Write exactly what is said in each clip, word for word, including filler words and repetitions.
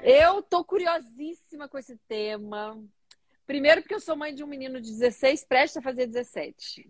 Eu tô curiosíssima com esse tema. Primeiro, porque eu sou mãe de um menino de dezesseis, prestes a fazer dezessete.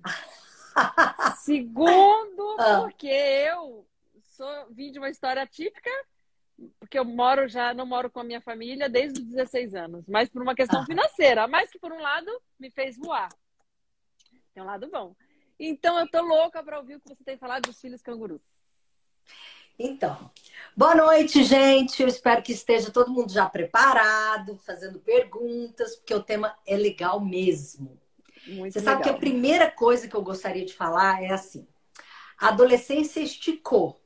Segundo, Ah, porque eu sou, vim de uma história típica, porque eu moro já, não moro com a minha família desde os dezesseis anos, mas por uma questão ah. financeira, mas que por um lado me fez voar. Tem um lado bom. Então eu tô louca para ouvir o que você tem falado dos filhos cangurus. Então, boa noite, gente. Eu espero que esteja todo mundo já preparado, fazendo perguntas, porque o tema é legal mesmo. Você Muito sabe que a legal. primeira coisa que eu gostaria de falar é assim: a adolescência esticou.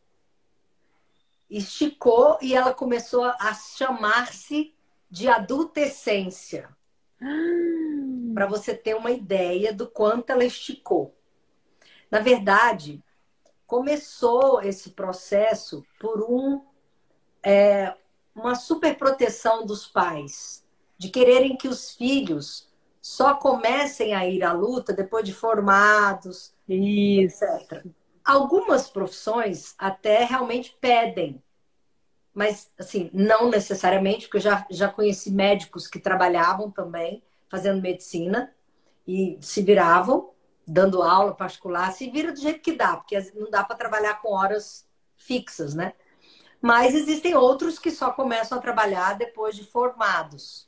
Esticou e ela começou a chamar-se de adultescência, para você ter uma ideia do quanto ela esticou. Na verdade, começou esse processo por um, uma superproteção dos pais, de quererem que os filhos só comecem a ir à luta depois de formados, Isso. etcétera. Algumas profissões até realmente pedem, mas assim, não necessariamente, porque eu já, já conheci médicos que trabalhavam também fazendo medicina e se viravam, dando aula particular, se vira do jeito que dá, porque não dá para trabalhar com horas fixas, né? Mas existem outros que só começam a trabalhar depois de formados.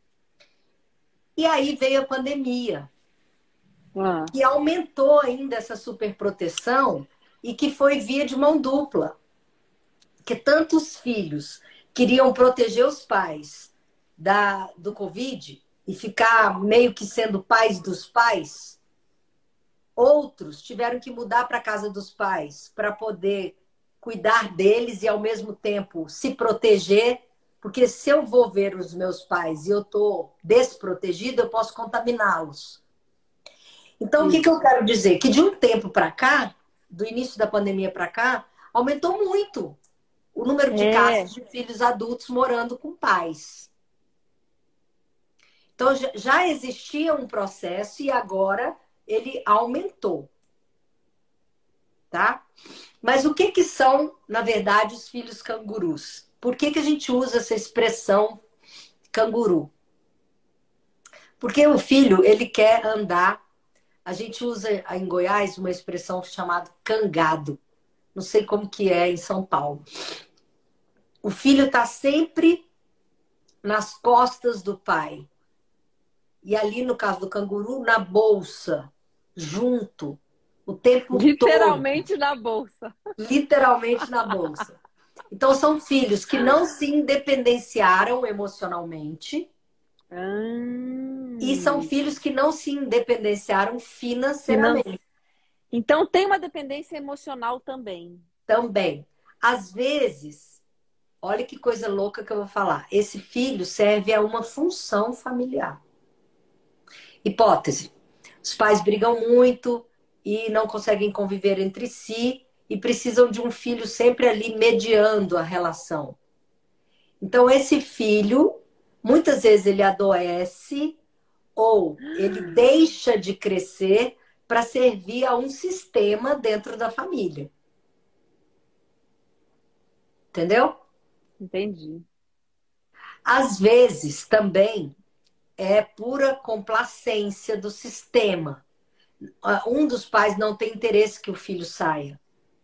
E aí veio a pandemia, Ah, que aumentou ainda essa superproteção e que foi via de mão dupla. Que tantos filhos queriam proteger os pais da, do Covid e ficar meio que sendo pais dos pais, outros tiveram que mudar para a casa dos pais para poder cuidar deles e, ao mesmo tempo, se proteger, porque se eu vou ver os meus pais e eu estou desprotegida, eu posso contaminá-los. Então, o que, que eu isso. quero dizer? Que de um tempo para cá, do início da pandemia para cá, aumentou muito o número de casos É. de filhos adultos morando com pais. Então, já existia um processo e agora ele aumentou, tá? Mas o que que são, na verdade, os filhos cangurus? Por que que a gente usa essa expressão canguru? Porque o filho, ele quer andar. A gente usa em Goiás uma expressão chamada cangado. Não sei como que é em São Paulo. O filho está sempre nas costas do pai. E ali, no caso do canguru, na bolsa, junto, o tempo todo, Literalmente na bolsa. literalmente na bolsa. Então, são filhos que não se independenciaram emocionalmente e são Hum, filhos que não se independenciaram finan- financeiramente Então tem uma dependência emocional também. também. Às vezes, olha que coisa louca que eu vou falar, esse filho serve a uma função familiar. Hipótese. Os pais brigam muito e não conseguem conviver entre si e precisam de um filho sempre ali mediando a relação. Então, esse filho, muitas vezes ele adoece ou ele deixa de crescer para servir a um sistema dentro da família. Entendeu? Entendi. Às vezes também é pura complacência do sistema. Um dos pais não tem interesse que o filho saia.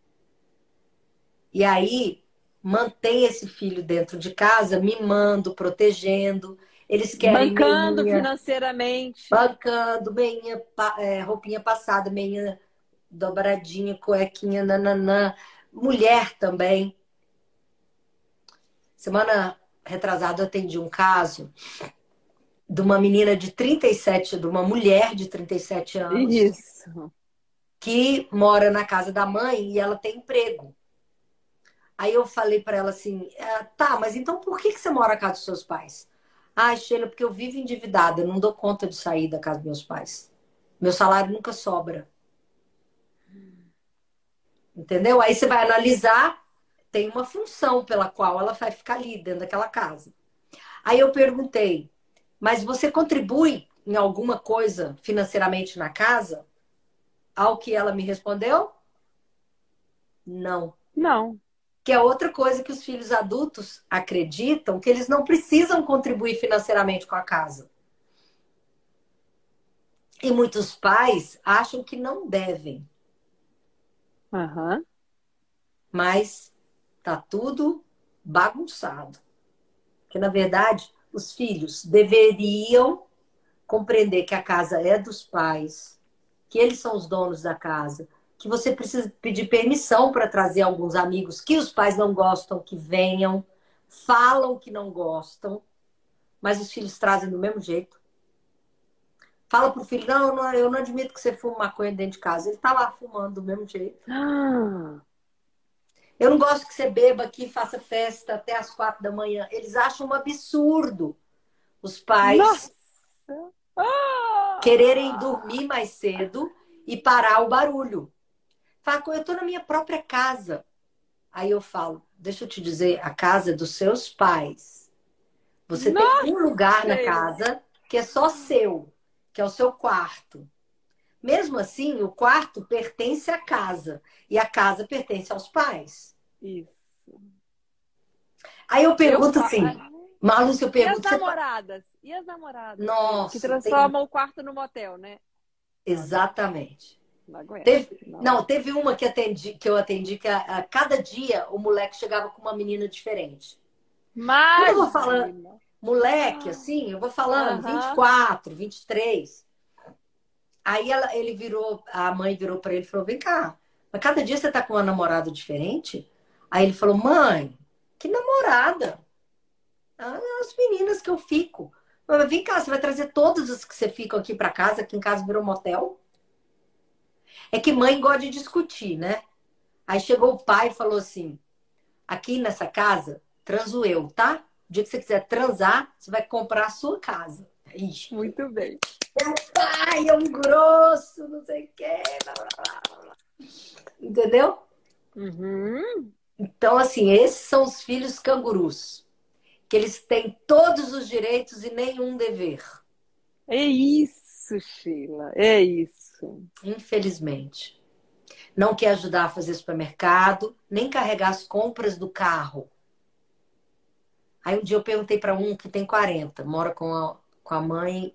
E aí mantém esse filho dentro de casa, mimando, protegendo. Eles querem Bancando meinha, financeiramente. bancando, meinha, é, roupinha passada, meinha dobradinha, cuequinha, nananã. Mulher também. Semana retrasada eu atendi um caso de uma menina de trinta e sete, de uma mulher de trinta e sete anos, Isso. que mora na casa da mãe e ela tem emprego. Aí eu falei para ela assim, ah, tá, mas então por que que você mora na casa dos seus pais? Ah, Sheila, porque eu vivo endividada, eu não dou conta de sair da casa dos meus pais. Meu salário nunca sobra. Entendeu? Aí você vai analisar, tem uma função pela qual ela vai ficar ali dentro daquela casa. Aí eu perguntei, mas você contribui em alguma coisa financeiramente na casa? Ao que ela me respondeu, não. Não. Que é outra coisa que os filhos adultos acreditam, que eles não precisam contribuir financeiramente com a casa. E muitos pais acham que não devem. Aham. Mas tá tudo bagunçado. Porque, na verdade, os filhos deveriam compreender que a casa é dos pais, que eles são os donos da casa, que você precisa pedir permissão para trazer alguns amigos que os pais não gostam, que venham, falam que não gostam, mas os filhos trazem do mesmo jeito. Fala pro filho, não, eu não, eu não admito que você fume maconha dentro de casa. Ele tá lá fumando do mesmo jeito. Ah, Eu não gosto que você beba aqui e faça festa até as quatro da manhã. Eles acham um absurdo os pais nossa! quererem Ah! dormir mais cedo e parar o barulho. Fala, eu tô na minha própria casa. Aí eu falo, deixa eu te dizer, a casa é dos seus pais. Você tem Nossa, um lugar na Sheila! casa que é só seu, que é o seu quarto. Mesmo assim, o quarto pertence à casa e a casa pertence aos pais. Isso. Aí eu Eu pergunto fa... assim, Ai, Malu, se eu e as pergunto, você... namoradas? E as namoradas, Sheila? Que Nossa, tem... transformam o quarto no motel, né? Não aguento, Exatamente. não aguento. Teve... Não. Não, teve uma que, atendi, que eu atendi que a, a cada dia o moleque chegava com uma menina diferente. Quando eu vou falando Imagina! moleque, Ah, assim, eu vou falando vinte e aham. quatro, vinte e três. Aí ela, ele virou, a mãe virou para ele e falou: vem cá, mas cada dia você tá com uma namorada diferente? Aí ele falou: mãe, que namorada? Ah, as meninas que eu fico. Mas vem cá, você vai trazer todas as que você fica aqui para casa, aqui em casa virou motel? É que mãe gosta de discutir, né? Aí chegou o pai e falou assim: aqui nessa casa, transo eu, tá? O dia que você quiser transar, você vai comprar a sua casa. Ixi, Muito bem. meu pai é um grosso, não sei o quê. Blá, blá, blá. Entendeu? Uhum. Então, assim, esses são os filhos cangurus. Que eles têm todos os direitos e nenhum dever. É isso, Sheila. É isso. Infelizmente. Não quer ajudar a fazer supermercado, nem carregar as compras do carro. Aí um dia eu perguntei para um que tem quarenta, mora com a, com a mãe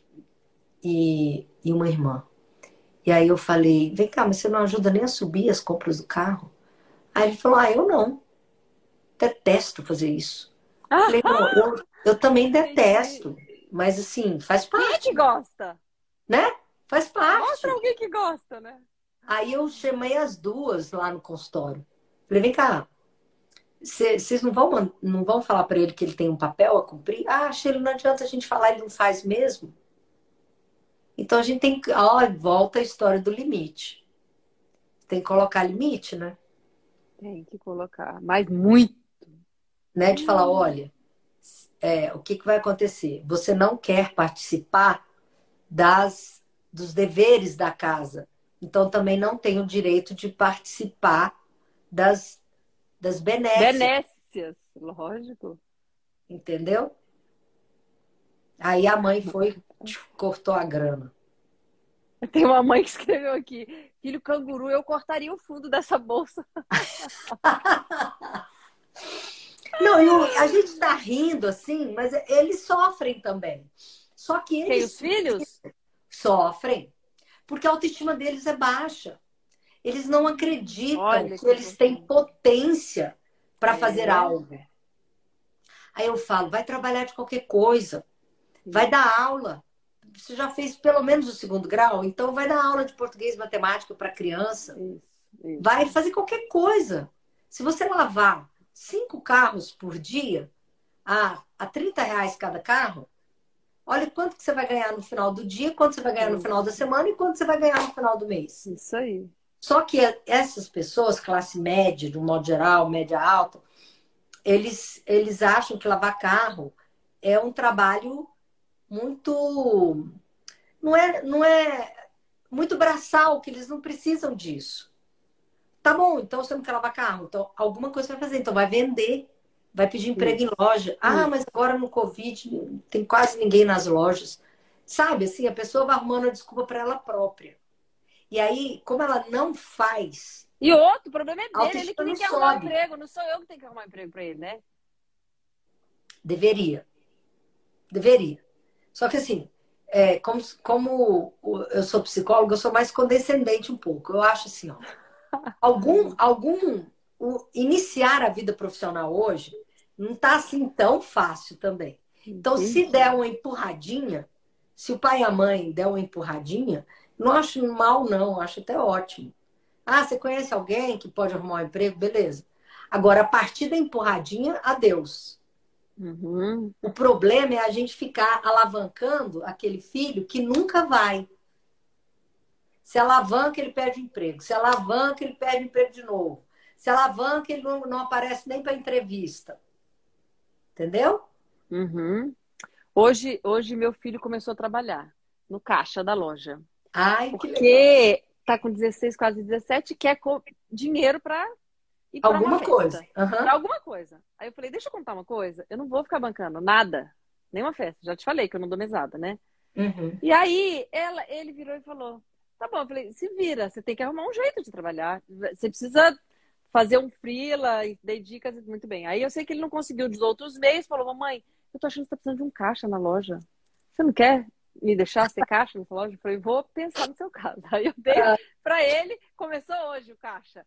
e, e uma irmã. E aí eu falei, vem cá, mas você não ajuda nem a subir as compras do carro? Aí ele falou, ah, eu não. Detesto fazer isso. Falei, não, Aham, eu, eu também entendi. detesto. Mas assim, faz Quem é parte, que gosta? né? Faz Mostra parte. alguém que gosta, né? Aí eu chamei as duas lá no consultório. Falei, vem cá, vocês não vão, man- não vão falar para ele que ele tem um papel a cumprir? Ah, Sheila, não adianta a gente falar, ele não faz mesmo. Então a gente tem que, ó, volta a história do limite. Tem que colocar limite, né? Tem que colocar. Mas muito. Né? De falar, Hum, olha, é, o que, que vai acontecer? Você não quer participar das, dos deveres da casa. Então também não tem o direito de participar das, das benécias, benécias, lógico. entendeu? Aí a mãe foi, cortou a grana. Tem uma mãe que escreveu aqui: filho canguru, eu cortaria o fundo dessa bolsa. Não, e o- a gente está rindo assim, mas eles sofrem também. Só que Quem? Os eles filhos? sofrem porque a autoestima deles é baixa. Eles não acreditam Olha que que eles têm importante. potência para fazer É. algo. Aí eu falo, vai trabalhar de qualquer coisa, vai Isso, dar aula. Você já fez pelo menos o segundo grau, então vai dar aula de português e matemática para criança. isso, isso. Vai fazer qualquer coisa. Se você lavar cinco carros por dia, a, a trinta reais cada carro, olha quanto que você vai ganhar no final do dia, quanto você vai ganhar no final da Isso, semana e quanto você vai ganhar no final do mês. isso aí. Só que essas pessoas, classe média, de um modo geral, média alta, eles, eles acham que lavar carro é um trabalho muito. Não é, não é muito braçal, que eles não precisam disso. Tá bom, então você não quer lavar carro, então alguma coisa vai fazer, então vai vender, vai pedir emprego em Isso, loja. Ah, isso. mas agora no Covid tem quase ninguém nas lojas. Sabe, assim, a pessoa vai arrumando a desculpa para ela própria. E aí, como ela não faz E outro, o problema é A dele, ele que autoestima tem não que arrumar um sobe. emprego, não sou eu que tenho que arrumar um emprego pra ele, né? Deveria. Deveria. Só que assim, é, como, como eu sou psicóloga, eu sou mais condescendente um pouco. Eu acho assim, ó, algum, algum o, iniciar a vida profissional hoje não tá assim tão fácil também. Então, se der Entendi. uma empurradinha, se o pai e a mãe der uma empurradinha, não acho mal, não, acho até ótimo. Ah, você conhece alguém que pode arrumar um emprego? Beleza. Agora, a partir da empurradinha, adeus. Uhum. O problema é a gente ficar alavancando aquele filho que nunca vai. Se alavanca, ele perde emprego. Se alavanca, ele perde emprego de novo. Se alavanca, ele não, não aparece nem para entrevista. Entendeu? Uhum. Hoje, hoje meu filho começou a trabalhar no caixa da loja. Ai, que legal. Porque tá com dezesseis, quase dezessete, e quer co- dinheiro para ir para uma Alguma coisa. festa, Uhum. para alguma coisa. Aí eu falei, deixa eu contar uma coisa, eu não vou ficar bancando nada, nenhuma festa. Já te falei que eu não dou mesada, né? Uhum. E aí ela, ele virou e falou, tá bom, eu falei, se vira, você tem que arrumar um jeito de trabalhar. Você precisa fazer um freela, e dei dicas muito bem. Aí eu sei que ele não conseguiu dos outros meios, falou, mamãe, eu tô achando que você tá precisando de um caixa na loja. Você não quer me deixar ser caixa nessa loja? Eu falei, vou pensar no seu caso. Aí eu dei Ah, para ele, começou hoje o caixa.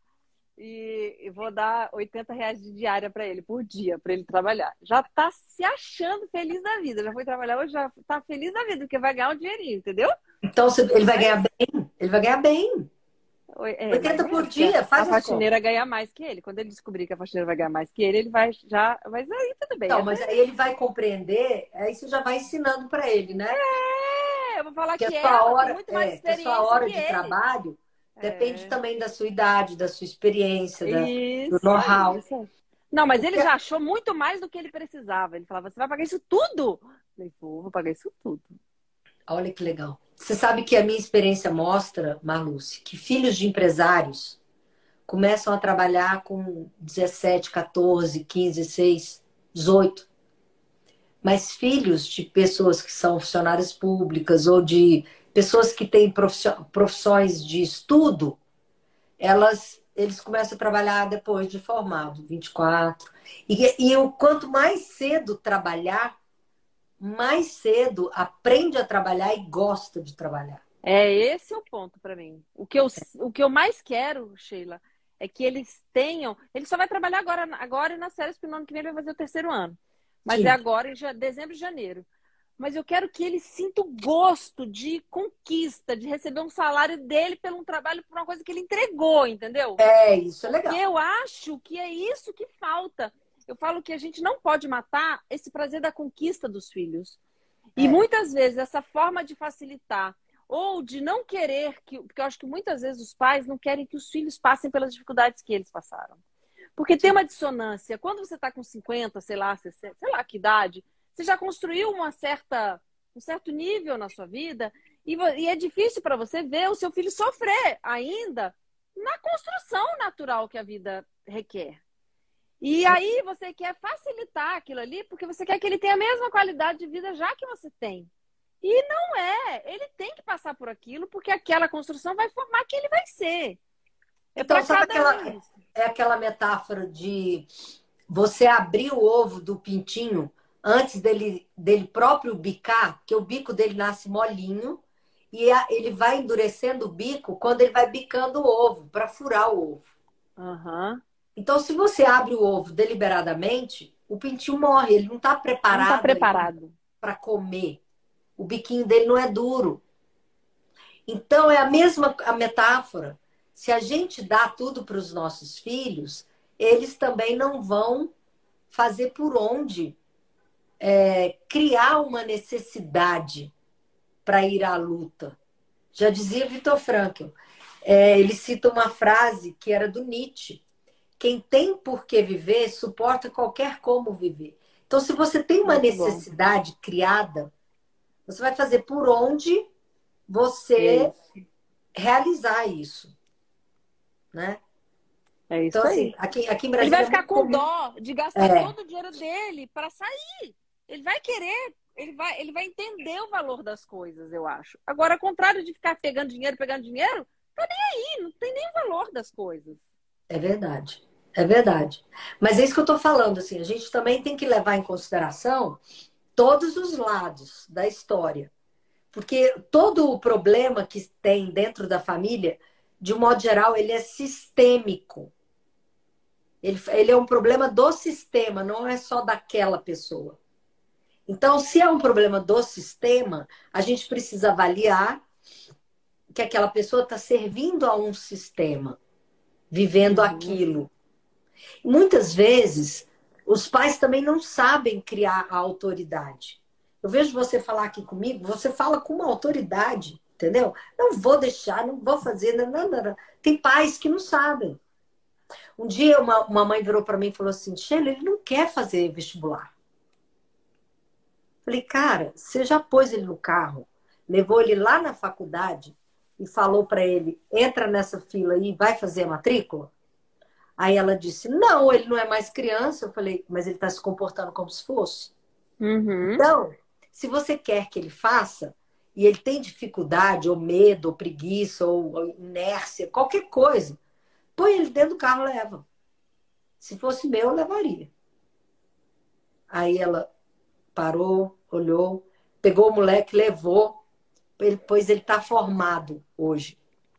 E, e vou dar oitenta reais de diária para ele por dia, para ele trabalhar. Já tá se achando feliz da vida. Já foi trabalhar hoje, já tá feliz da vida, porque vai ganhar um dinheirinho, entendeu? então você- ele vai ganhar Mas, bem. Ele vai ganhar bem. oi, é, mais oitenta ou por menos, porque a, dia, a faz as faxineira contas. ganha mais que ele. Quando ele descobrir que a faxineira vai ganhar mais que ele, ele vai já. Mas aí tudo bem. Então, Até mas aí ele vai compreender, aí você já vai ensinando para ele, né? é, eu vou falar Que a que sua ela tem hora, muito mais é, que a sua experiência hora que de ele. trabalho depende É, também da sua idade, da sua experiência, da, do isso aí, know-how. isso aí. Não, mas ele Porque, já achou muito mais do que ele precisava. Ele falava, você vai pagar isso tudo? Eu falei, vou, vou pagar isso tudo. olha que legal. Você sabe que a minha experiência mostra, Marluce, que filhos de empresários começam a trabalhar com dezessete, quatorze, quinze, dezesseis, dezoito. Mas filhos de pessoas que são funcionárias públicas ou de pessoas que têm profissões de estudo, elas, eles começam a trabalhar depois de formado, vinte e quatro. E, e o quanto mais cedo trabalhar, mais cedo aprende a trabalhar e gosta de trabalhar. É esse é o ponto para mim. O que eu, o que eu mais quero, Sheila, é que eles tenham. Ele só vai trabalhar agora, agora e nas férias, porque no ano que vem ele vai fazer o terceiro ano. Mas é Sim. agora, em ja- dezembro e janeiro. Mas eu quero que ele sinta o gosto de conquista, de receber um salário dele pelo um trabalho, por uma coisa que ele entregou, entendeu? É, isso é Porque legal. eu acho que é isso que falta. Eu falo que a gente não pode matar esse prazer da conquista dos filhos. E É. muitas vezes essa forma de facilitar ou de não querer que, porque eu acho que muitas vezes os pais não querem que os filhos passem pelas dificuldades que eles passaram. Porque tem Sim. uma dissonância. Quando você está com cinquenta, sei lá, sessenta, sei lá que idade, você já construiu uma certa, um certo nível na sua vida e, e é difícil para você ver o seu filho sofrer ainda na construção natural que a vida requer. E aí você quer facilitar aquilo ali porque você quer que ele tenha a mesma qualidade de vida já que você tem. E não é. Ele tem que passar por aquilo porque aquela construção vai formar quem ele vai ser. É Então, para sabe cada um aquela, isso. é aquela metáfora de você abrir o ovo do pintinho antes dele, dele próprio bicar, que o bico dele nasce molinho e a- ele vai endurecendo o bico quando ele vai bicando o ovo, para furar o ovo. Aham. Então, se você abre o ovo deliberadamente, o pintinho morre, ele não está Não está preparado ainda preparado. para comer. O biquinho dele não é duro. Então, é a mesma a metáfora. Se a gente dá tudo para os nossos filhos, eles também não vão fazer por onde é, criar uma necessidade para ir à luta. Já dizia Viktor Frankl. É, ele cita uma frase que era do Nietzsche. Quem tem por que viver, suporta qualquer como viver. Então, se você tem uma Muito bom. necessidade criada, você vai fazer por onde É você isso. realizar isso, né? É Então, isso assim, aí. aqui, aqui em Ele vai Brasília é ficar muito com comum. dó de gastar É, todo o dinheiro dele para sair. Ele vai querer, ele vai, ele vai entender o valor das coisas, eu acho. Agora, ao contrário de ficar pegando dinheiro, pegando dinheiro, Aí não tem nem valor das coisas. É verdade. É verdade. Mas é isso que eu tô falando, assim, a gente também tem que levar em consideração todos os lados da história. Porque todo o problema que tem dentro da família, de um modo geral, ele é sistêmico. Ele, ele é um problema do sistema, não é só daquela pessoa. Então, se é um problema do sistema, a gente precisa avaliar que aquela pessoa está servindo a um sistema, vivendo Uhum. aquilo. Muitas vezes, os pais também não sabem criar a autoridade. Eu vejo você falar aqui comigo, você fala com uma autoridade, entendeu? Não vou deixar, não vou fazer, não, não, não. Tem pais que não sabem. Um dia uma, uma mãe virou para mim e falou assim, Sheila, ele não quer fazer vestibular. Falei, cara, você já pôs ele no carro, levou ele lá na faculdade e falou para ele, entra nessa fila aí e vai fazer a matrícula? Aí ela disse, não, ele não é mais criança. Eu falei, mas ele está se comportando como se fosse. Uhum. Então, se você quer que ele faça, e ele tem dificuldade, ou medo, ou preguiça, ou inércia, qualquer coisa, põe ele dentro do carro e leva. Se fosse meu, eu levaria. Aí ela parou, olhou, pegou o moleque, levou, pois ele está formado hoje.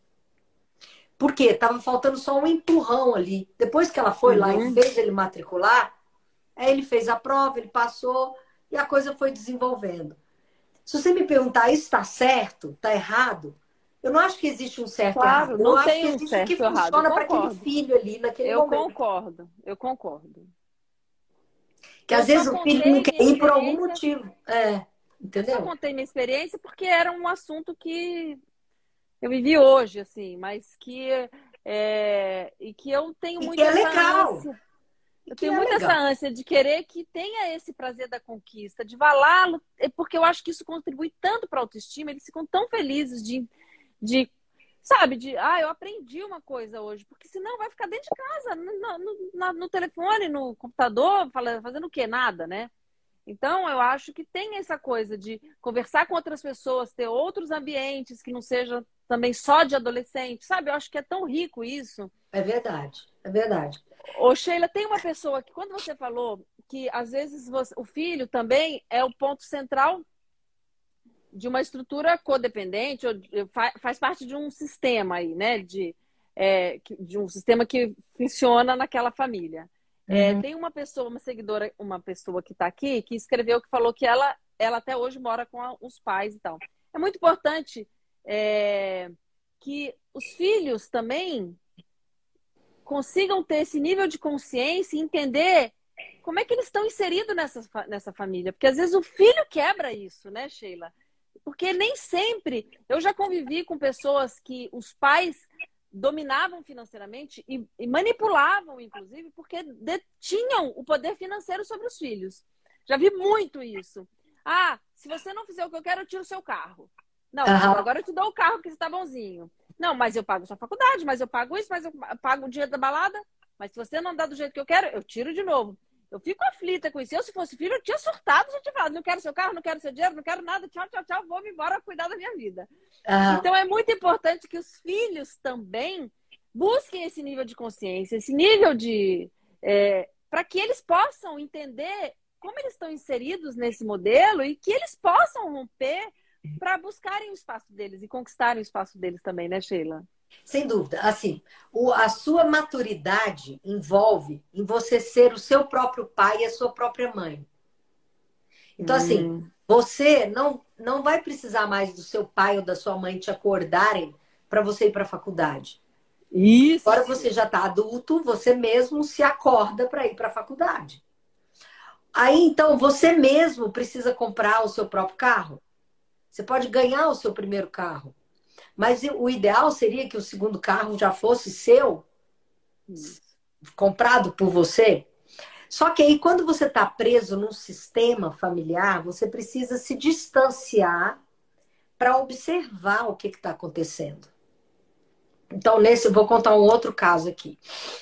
Por quê? Tava faltando só um empurrão ali. Depois que ela foi Uhum. lá e fez ele matricular, aí ele fez a prova, ele passou e a coisa foi desenvolvendo. Se você me perguntar, isso está certo? Está errado? Eu não acho que existe um certo e Claro, errado. Eu não acho que tem um existe o que certo ou errado. Eu funciona para aquele concordo. filho ali, naquele Eu momento. concordo. Eu concordo. Que Eu às só vezes o filho não contei quer minha ir por algum experiência. motivo. É, Eu só entendeu? contei minha experiência porque era um assunto que eu vivi hoje, assim, mas que é, e que eu tenho E que muito é essa legal. ânsia. E Eu que tenho é muito essa legal. ânsia de querer que tenha esse prazer da conquista, de valá-lo, é porque eu acho que isso contribui tanto para a autoestima, eles ficam tão felizes de, de, sabe, de, ah, eu aprendi uma coisa hoje, porque senão vai ficar dentro de casa, no, no, no, no telefone, no computador, fazendo o quê? Nada, né? Então, eu acho que tem essa coisa de conversar com outras pessoas, ter outros ambientes que não sejam também só de adolescente, sabe? Eu acho que é tão rico isso. É verdade. É verdade. Ô, Sheila, tem uma pessoa que, quando você falou que às vezes você, o filho também é o ponto central de uma estrutura codependente, ou de- fa- faz parte de um sistema aí, né? De, é, que- de um sistema que funciona naquela família. É, Uhum. tem uma pessoa, uma seguidora, uma pessoa que está aqui, que escreveu que falou que ela, ela até hoje mora com a- os pais e tal. É muito importante é, que os filhos também consigam ter esse nível de consciência e entender como é que eles estão inseridos nessa, fa- nessa família. Porque às vezes o filho quebra isso, né, Sheila? Porque nem sempre. Eu já convivi com pessoas que os pais dominavam financeiramente e, e manipulavam, inclusive, porque detinham o poder financeiro sobre os filhos. Já vi muito isso. Ah, se você não fizer o que eu quero, eu tiro o seu carro. Não, mas Aham. agora eu te dou o carro porque você está bonzinho. Não, mas eu pago sua faculdade, mas eu pago isso, mas eu pago o dinheiro da balada. Mas se você não dá do jeito que eu quero, eu tiro de novo. Eu fico aflita com isso. Eu, se fosse filho, eu tinha surtado, já tinha falado, não quero seu carro, não quero seu dinheiro, não quero nada, tchau, tchau, tchau, vou me embora cuidar da minha vida. Aham. Então é muito importante que os filhos também busquem esse nível de consciência, esse nível de... É, para que eles possam entender como eles estão inseridos nesse modelo e que eles possam romper para buscarem o espaço deles e conquistarem o espaço deles também, né, Sheila? Sem dúvida. Assim, o, a sua maturidade envolve em você ser o seu próprio pai e a sua própria mãe. Então, assim, Hum. você não, não vai precisar mais do seu pai ou da sua mãe te acordarem para você ir para a faculdade. Agora você Isso. já está adulto, você mesmo se acorda para ir para a faculdade. Aí, então, você mesmo precisa comprar o seu próprio carro. Você pode ganhar o seu primeiro carro. Mas o ideal seria que o segundo carro já fosse seu, Isso. comprado por você. Só que aí, quando você está preso num sistema familiar, você precisa se distanciar para observar o que está acontecendo. Então, nesse, eu vou contar um outro caso aqui.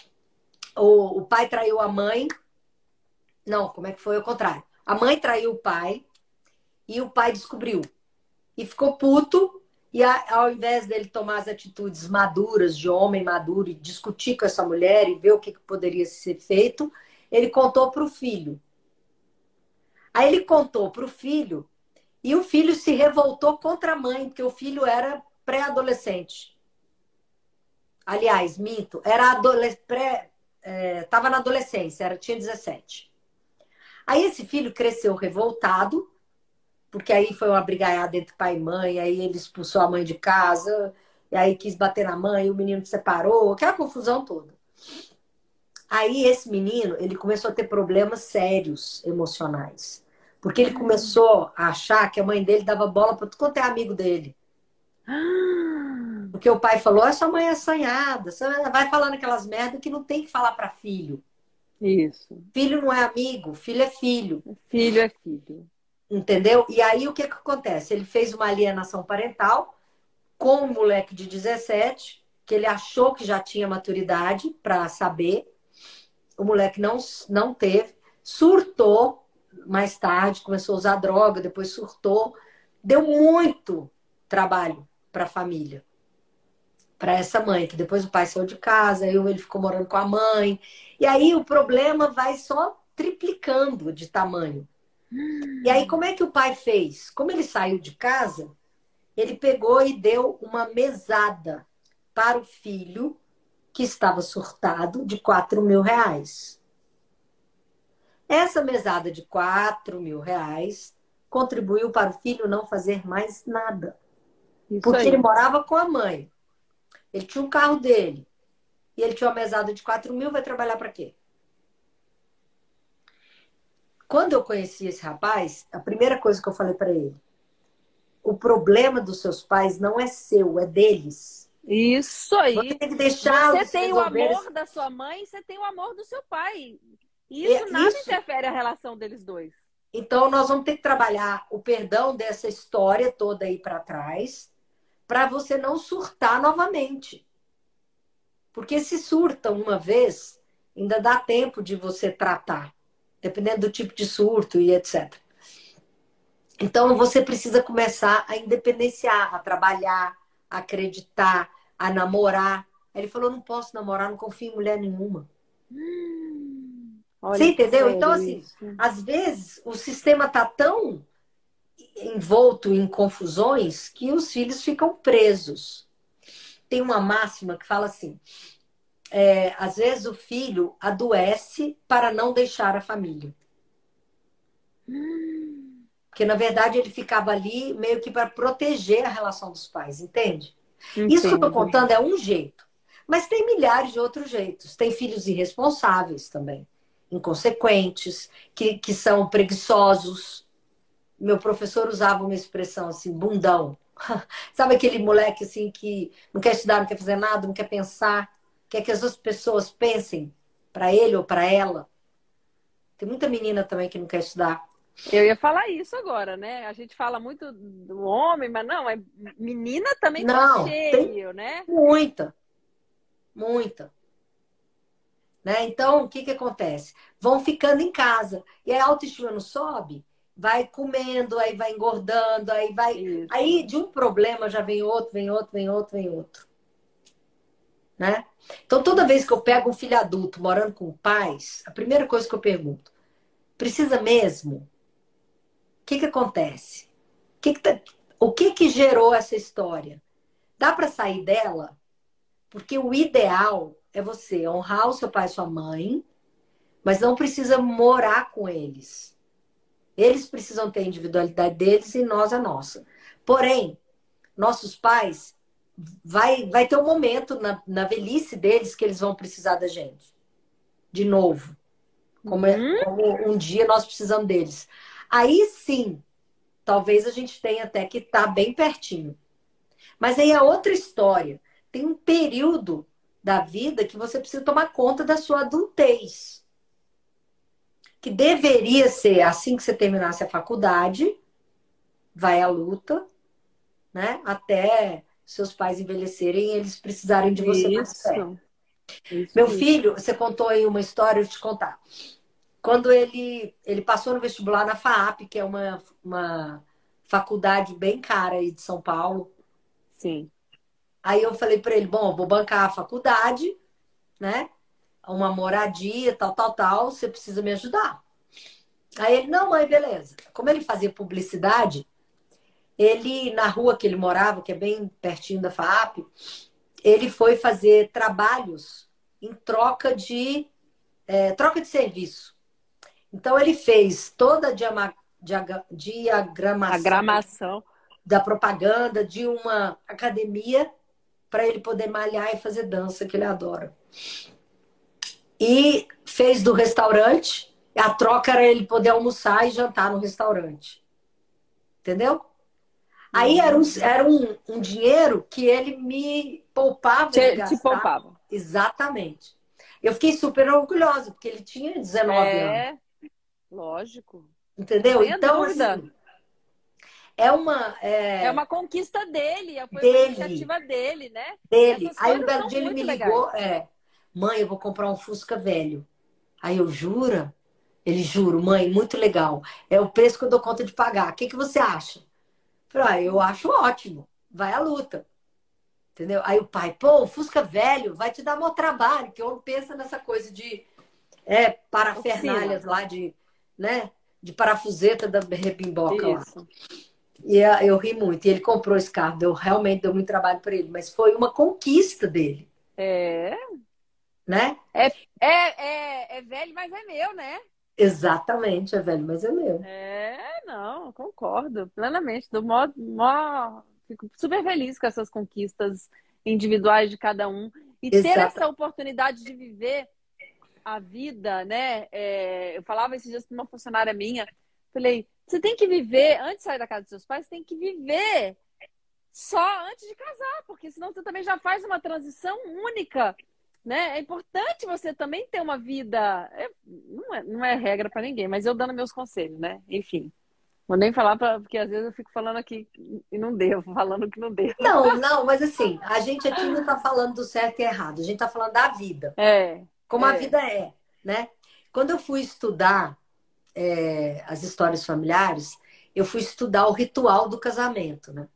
O, o pai traiu a mãe. Não, como é que foi? Ao contrário. A mãe traiu o pai e o pai descobriu. E ficou puto E a, ao invés dele tomar as atitudes maduras, de homem maduro, e discutir com essa mulher e ver o que, que poderia ser feito, ele contou para o filho. Aí ele contou para o filho, e o filho se revoltou contra a mãe, porque o filho era pré-adolescente. Aliás, minto, era adolescente, pré, é, tava na adolescência, era, tinha dezessete. Aí esse filho cresceu revoltado, porque aí foi uma brigaiada entre pai e mãe, aí ele expulsou a mãe de casa, e aí quis bater na mãe, o menino se separou, aquela confusão toda. Aí esse menino, ele começou a ter problemas sérios emocionais. Porque ele começou a achar que a mãe dele dava bola para tudo quanto é amigo dele. Porque o pai falou, essa mãe é assanhada, você vai falando aquelas merdas que não tem que falar para filho. Isso. Filho não é amigo, filho é filho. Filho é filho. Entendeu? E aí o que, que acontece? Ele fez uma alienação parental com um moleque de dezessete, que ele achou que já tinha maturidade para saber. O moleque não, não teve, surtou mais tarde, começou a usar droga, depois surtou. Deu muito trabalho para a família, para essa mãe, que depois o pai saiu de casa, aí ele ficou morando com a mãe. E aí o problema vai só triplicando de tamanho. E aí como é que o pai fez? Como ele saiu de casa, ele pegou e deu uma mesada para o filho, que estava surtado, de quatro mil reais. Essa mesada de quatro mil reais contribuiu para o filho não fazer mais nada. Isso Porque aí. ele morava com a mãe. Ele tinha um carro dele. E ele tinha uma mesada de quatro mil, vai trabalhar para quê? Quando eu conheci esse rapaz, a primeira coisa que eu falei para ele, o problema dos seus pais não é seu, é deles. Isso Você aí. tem que deixar Você os tem o resolver. amor da sua mãe, você tem o amor do seu pai. E isso É, nada isso. interfere a relação deles dois. Então, nós vamos ter que trabalhar o perdão dessa história toda aí para trás, para você não surtar novamente. Porque se surta uma vez, ainda dá tempo de você tratar, dependendo do tipo de surto e etcétera. Então, você precisa começar a independenciar, a trabalhar, a acreditar, a namorar. Aí ele falou, não posso namorar, não confio em mulher nenhuma. Hum, Você olha que entendeu? Então, sério assim, isso. às vezes o sistema tá tão envolto em confusões que os filhos ficam presos. Tem uma máxima que fala assim, é, às vezes o filho adoece para não deixar a família. Hum, Porque, na verdade, ele ficava ali meio que para proteger a relação dos pais, entende? Isso que eu estou entendo. contando é um jeito. Mas tem milhares de outros jeitos. Tem filhos irresponsáveis também, inconsequentes, que, que são preguiçosos. Meu professor usava uma expressão assim, bundão. Sabe aquele moleque assim que não quer estudar, não quer fazer nada, não quer pensar, quer que as outras pessoas pensem para ele ou para ela? Tem muita menina também que não quer estudar. Eu ia falar isso agora, né? A gente fala muito do homem, mas não, é menina também tá Não, tem cheio, né? muita, muita. Né? Então, o que, que acontece? Vão ficando em casa. E a autoestima não sobe, vai comendo, aí vai engordando, aí vai. Aí Isso. de um problema já vem outro, vem outro, vem outro, vem outro. Né? Então, toda vez que eu pego um filho adulto morando com pais, a primeira coisa que eu pergunto: precisa mesmo? O que, que acontece? O que, que, tá... o que, que gerou essa história? Dá para sair dela? Porque o ideal é você honrar o seu pai e sua mãe, mas não precisa morar com eles. Eles precisam ter a individualidade deles e nós a nossa. Porém, nossos pais, vai, vai ter um momento na, na velhice deles que eles vão precisar da gente. De novo. Como, é, Uhum. como um dia nós precisamos deles. Aí sim, talvez a gente tenha até que estar bem pertinho. Mas aí é outra história. Tem um período da vida que você precisa tomar conta da sua adultez. Que deveria ser assim que você terminasse a faculdade, vai à luta, né? Até seus pais envelhecerem e eles precisarem de você mais perto. Isso. Isso Meu aí. filho, você contou aí uma história, eu te contar. Quando ele, ele passou no vestibular na FAAP, que é uma, uma faculdade bem cara aí de São Paulo, Sim. Aí eu falei para ele, bom, eu vou bancar a faculdade, né? Uma moradia, tal, tal, tal, você precisa me ajudar. Aí ele, não, mãe, beleza. Como ele fazia publicidade, ele, na rua que ele morava, que é bem pertinho da FAAP, ele foi fazer trabalhos em troca de, é, troca de serviço. Então, ele fez toda a diama- diaga- A diagramação gramação. da propaganda de uma academia para ele poder malhar e fazer dança, que ele adora. E fez do restaurante, a troca era ele poder almoçar e jantar no restaurante. Entendeu? Aí era um, Uhum. era um, um dinheiro que ele me poupava de Te, te gastar. poupava. Exatamente. Eu fiquei super orgulhosa, porque ele tinha dezenove anos. É, lógico. Não Entendeu? tenha Então, dúvida. assim, é uma. É É, uma conquista dele, foi uma dele, iniciativa dele, né? E dele. essas Aí um coisas belo são dia ele me muito legais. ligou: é, mãe, eu vou comprar um Fusca velho. Aí eu, jura? Ele, juro, mãe, muito legal. É o preço que eu dou conta de pagar. O que, que você acha? Eu falei, ah, eu acho ótimo. Vai à luta. Entendeu? Aí o pai, pô, o Fusca velho vai te dar maior trabalho, que eu pensa nessa coisa de é, Oficina. parafernalhas lá, de, né, de parafuseta da rebimboca lá. Isso. E ah, eu ri muito. E ele comprou esse carro, deu, realmente deu muito trabalho para ele, mas foi uma conquista dele, É, né? é, é, é, é velho, mas é meu, né? Exatamente, é velho, mas é meu. É, não, concordo plenamente. Do modo, mó, fico super feliz com essas conquistas individuais de cada um. E ter Exata. essa oportunidade de viver a vida, né? É, eu falava esses dias para uma funcionária minha, falei, você tem que viver, antes de sair da casa dos seus pais, você tem que viver só antes de casar, porque senão você também já faz uma transição única, né? É importante você também ter uma vida. É, não, é, não é regra para ninguém, mas eu dando meus conselhos, né? Enfim. Vou nem falar, pra, porque às vezes eu fico falando aqui e não devo, falando que não devo. Não, não, mas assim, a gente aqui não está falando do certo e errado, a gente está falando da vida, É, como a é. vida é, né? Quando eu fui estudar é, as histórias familiares, eu fui estudar o ritual do casamento, né?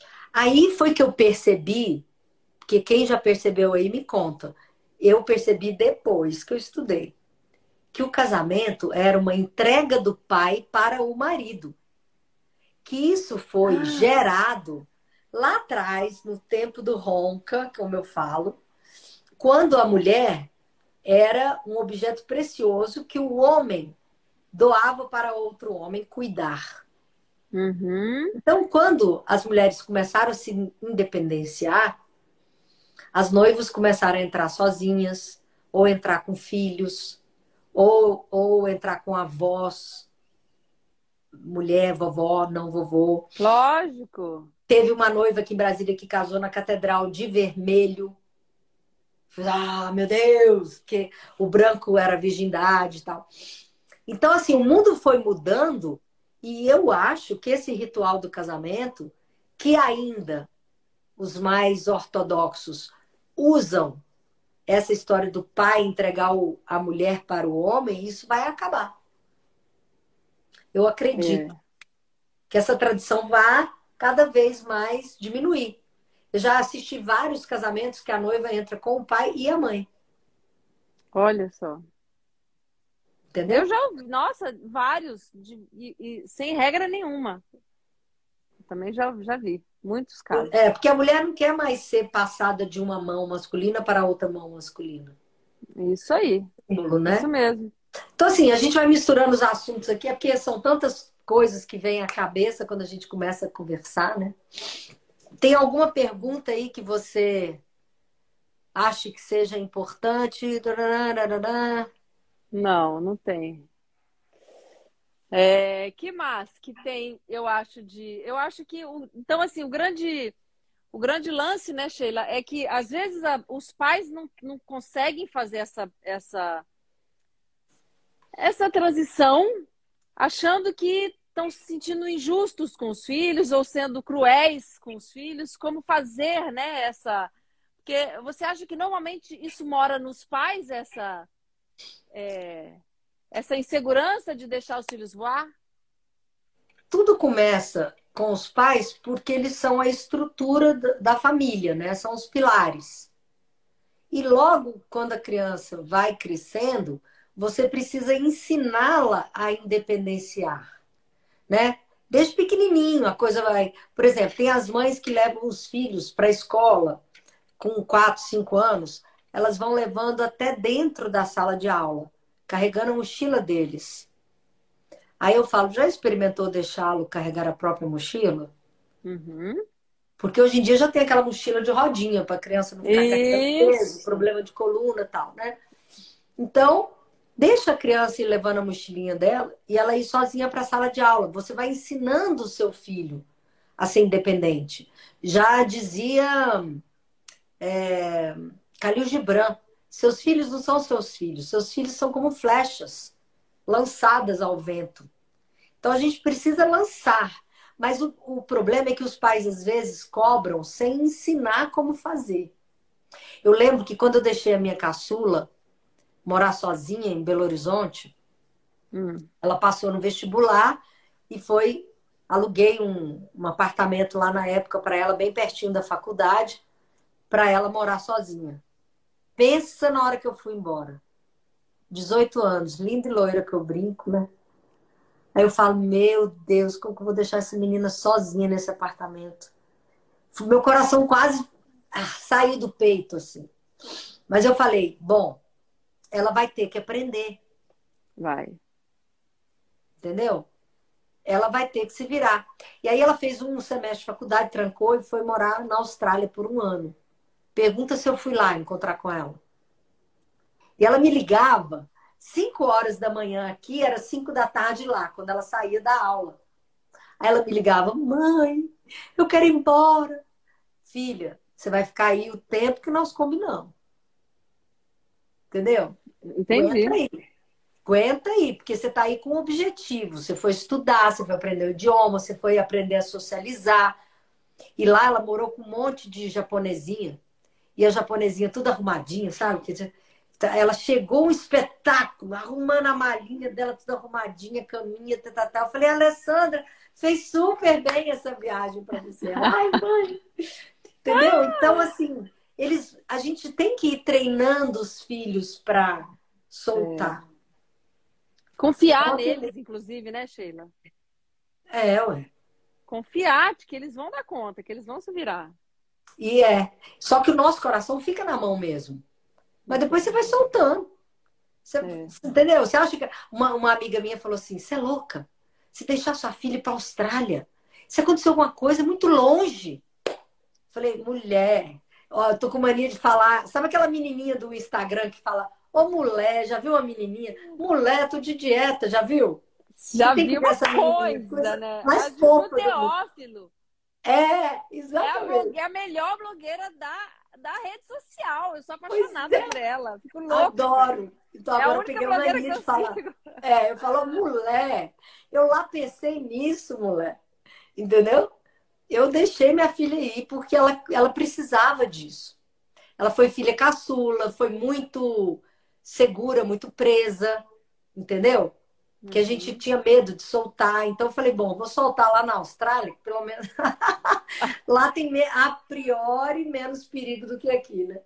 Aí foi que eu percebi, que quem já percebeu aí me conta, eu percebi depois que eu estudei, que o casamento era uma entrega do pai para o marido. Que isso foi gerado lá atrás, no tempo do Ronca, como eu falo, quando a mulher era um objeto precioso que o homem doava para outro homem cuidar. Uhum. Então, quando as mulheres começaram a se independenciar, as noivas começaram a entrar sozinhas, ou entrar com filhos, ou, ou entrar com avós, mulher, vovó, não vovô. Lógico. Teve uma noiva aqui em Brasília que casou na catedral de vermelho. Ah, meu Deus, que o branco era virgindade e tal. Então, assim, o mundo foi mudando e eu acho que esse ritual do casamento, que ainda os mais ortodoxos usam essa história do pai entregar a mulher para o homem, isso vai acabar. Eu acredito É. que essa tradição vai cada vez mais diminuir. Eu já assisti vários casamentos que a noiva entra com o pai e a mãe. Olha só. Eu Entendeu? já ouvi, nossa, vários, de, e, e sem regra nenhuma. Também já, já vi muitos casos. É, porque a mulher não quer mais ser passada de uma mão masculina para outra mão masculina. Isso aí, Símbolo, isso né? mesmo. Então, assim, a gente vai misturando os assuntos aqui, é porque são tantas coisas que vêm à cabeça quando a gente começa a conversar, né? Tem alguma pergunta aí que você acha que seja importante? Não, não tem. É, que mais que tem, eu acho de, eu acho que o- então assim, o grande o grande lance, né, Sheila, é que às vezes a- os pais não, não conseguem fazer essa essa essa transição achando que estão se sentindo injustos com os filhos ou sendo cruéis com os filhos, como fazer, né, essa. Porque você acha que normalmente isso mora nos pais, essa, é, essa insegurança de deixar os filhos voar? Tudo começa com os pais porque eles são a estrutura da família, né? São os pilares. E logo quando a criança vai crescendo, você precisa ensiná-la a independenciar, né? Desde pequenininho a coisa vai... Por exemplo, tem as mães que levam os filhos para a escola com quatro, cinco anos, elas vão levando até dentro da sala de aula, carregando a mochila deles. Aí eu falo, já experimentou deixá-lo carregar a própria mochila? Uhum. Porque hoje em dia já tem aquela mochila de rodinha para a criança não ficar carregando peso, Isso. problema de coluna e tal, né? Então, deixa a criança ir levando a mochilinha dela e ela ir sozinha para a sala de aula. Você vai ensinando o seu filho a ser independente. Já dizia é, Khalil Gibran, seus filhos não são seus filhos, seus filhos são como flechas lançadas ao vento. Então a gente precisa lançar. Mas o, o problema é que os pais às vezes cobram sem ensinar como fazer. Eu lembro que quando eu deixei a minha caçula morar sozinha em Belo Horizonte, Hum. ela passou no vestibular e foi... Aluguei um, um apartamento lá na época para ela, bem pertinho da faculdade, para ela morar sozinha. Pensa na hora que eu fui embora. dezoito anos, linda e loira que eu brinco, né? Aí eu falo, meu Deus, como que eu vou deixar essa menina sozinha nesse apartamento? Meu coração quase ah, saiu do peito, assim. Mas eu falei, bom, ela vai ter que aprender. Vai. Entendeu? Ela vai ter que se virar. E aí ela fez um semestre de faculdade, trancou e foi morar na Austrália por um ano. Pergunta se eu fui lá encontrar com ela. E ela me ligava cinco horas da manhã aqui, era cinco da tarde lá, quando ela saía da aula. Aí ela me ligava, mãe, eu quero ir embora. Filha, você vai ficar aí o tempo que nós combinamos. Entendeu? Aguenta Entendi. aí. Aguenta aí, porque você está aí com um objetivo. Você foi estudar, você foi aprender o idioma, você foi aprender a socializar. E lá ela morou com um monte de japonesinha. E a japonesinha tudo arrumadinha, sabe? Ela chegou um espetáculo, arrumando a malinha dela, tudo arrumadinha, caminha, tal, tal, tal. Eu falei, Alessandra, fez super bem essa viagem para você. Ai, mãe. Entendeu? Então, assim, eles, a gente tem que ir treinando os filhos para soltar. É. Confiar Então, neles, inclusive, né, Sheila? é, ué. Confiar de que eles vão dar conta, que eles vão se virar. E é. Só que o nosso coração fica na mão mesmo. Mas depois você vai soltando. Você, É. entendeu? Você acha que. Uma, uma amiga minha falou assim: você é louca? Se deixar sua filha ir para a Austrália, se acontecer alguma coisa, é muito longe. Falei, mulher, ó, eu tô com mania de falar. Sabe aquela menininha do Instagram que fala: ô, mulher, já viu uma menininha? Mulher, tô de dieta, já viu? Você Já tem que vi ver uma essa menininha, coisa, coisa né? mais A Juju fofa do mundo. Teófilo É, é a, blogue... exatamente. é a melhor blogueira da, da rede social. Eu sou Pois apaixonada é, por ela. Fico louca. adoro. Então É a agora eu única peguei a blogueira que mania eu de falar. sigo. É, eu falo, mulher, eu lá pensei nisso, mulher. Entendeu? Eu deixei minha filha ir porque ela, ela precisava disso. Ela foi filha caçula, foi muito segura, muito presa, entendeu? Que a gente Uhum. tinha medo de soltar. Então eu falei, bom, vou soltar lá na Austrália, que pelo menos lá tem a priori menos perigo do que aqui, né?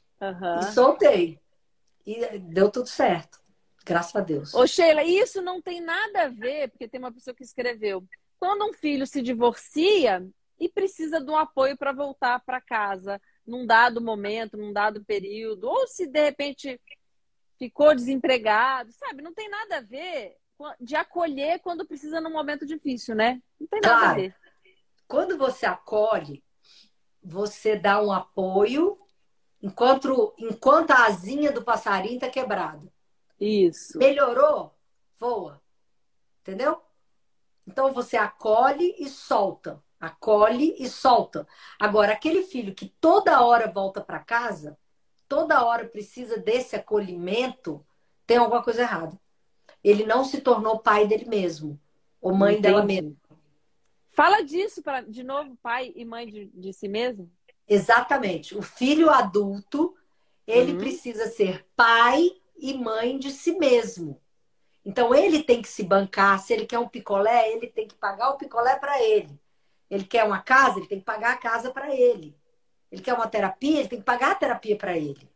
E Uhum. soltei. E deu tudo certo. Graças a Deus. Ô, Sheila, isso não tem nada a ver, porque tem uma pessoa que escreveu. Quando um filho se divorcia e precisa de um apoio para voltar para casa, num dado momento, num dado período, ou se de repente ficou desempregado, sabe? Não tem nada a ver de acolher quando precisa num momento difícil, né? Não tem nada a Claro, ver. quando você acolhe, você dá um apoio enquanto, enquanto a asinha do passarinho está quebrada. Isso. Melhorou? Voa. Entendeu? Então você acolhe e solta. Acolhe e solta. Agora, aquele filho que toda hora volta para casa, toda hora precisa desse acolhimento, tem alguma coisa errada. Ele não se tornou pai dele mesmo, ou mãe dela mesma. Entendi. Fala disso pra, de novo, pai e mãe de, de si mesmo. Exatamente. O filho adulto, ele Hum. precisa ser pai e mãe de si mesmo. Então ele tem que se bancar. Se ele quer um picolé, ele tem que pagar o picolé para ele. Ele quer uma casa, ele tem que pagar a casa para ele. Ele quer uma terapia, ele tem que pagar a terapia para ele.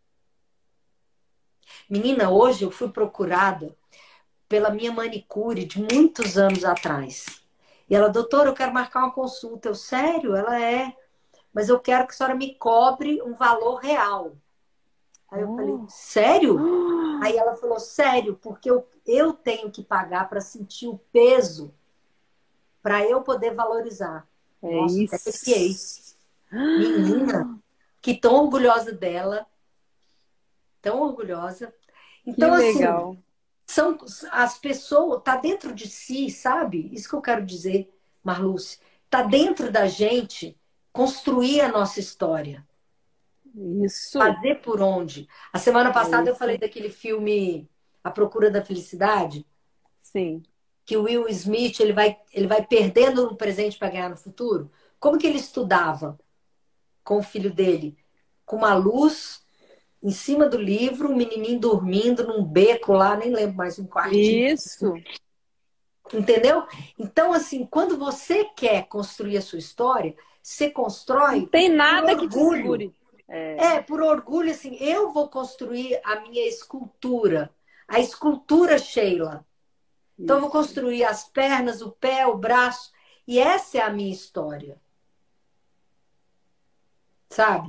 Menina, hoje eu fui procurada pela minha manicure de muitos anos atrás. E ela, doutora, eu quero marcar uma consulta. Eu, sério? Ela é. Mas eu quero que a senhora me cobre um valor real. Aí eu falei, Oh. sério? Aí ela falou, sério, porque eu, eu tenho que pagar para sentir o peso, para eu poder valorizar. É Nossa, até arrepiei. isso. Menina, que tão orgulhosa dela, tão orgulhosa. Que Então, assim, legal. são as pessoas, tá dentro de si, sabe? Isso que eu quero dizer, Marluce. Tá dentro da gente construir a nossa história. Isso. Fazer por onde. A semana É passada eu falei isso. daquele filme A Procura da Felicidade, Sim. que o Will Smith ele vai, ele vai perdendo no presente para ganhar no futuro. Como que ele estudava com o filho dele? Com uma luz em cima do livro, um menininho dormindo num beco lá, nem lembro mais, um quartinho. Isso. Entendeu? Então, assim, quando você quer construir a sua história, você Não constrói tem por nada que te orgulho. segure. É, É, por orgulho, assim, eu vou construir a minha escultura. A escultura, Sheila. Então, eu vou isso. construir as pernas, o pé, o braço. E essa é a minha história. Sabe?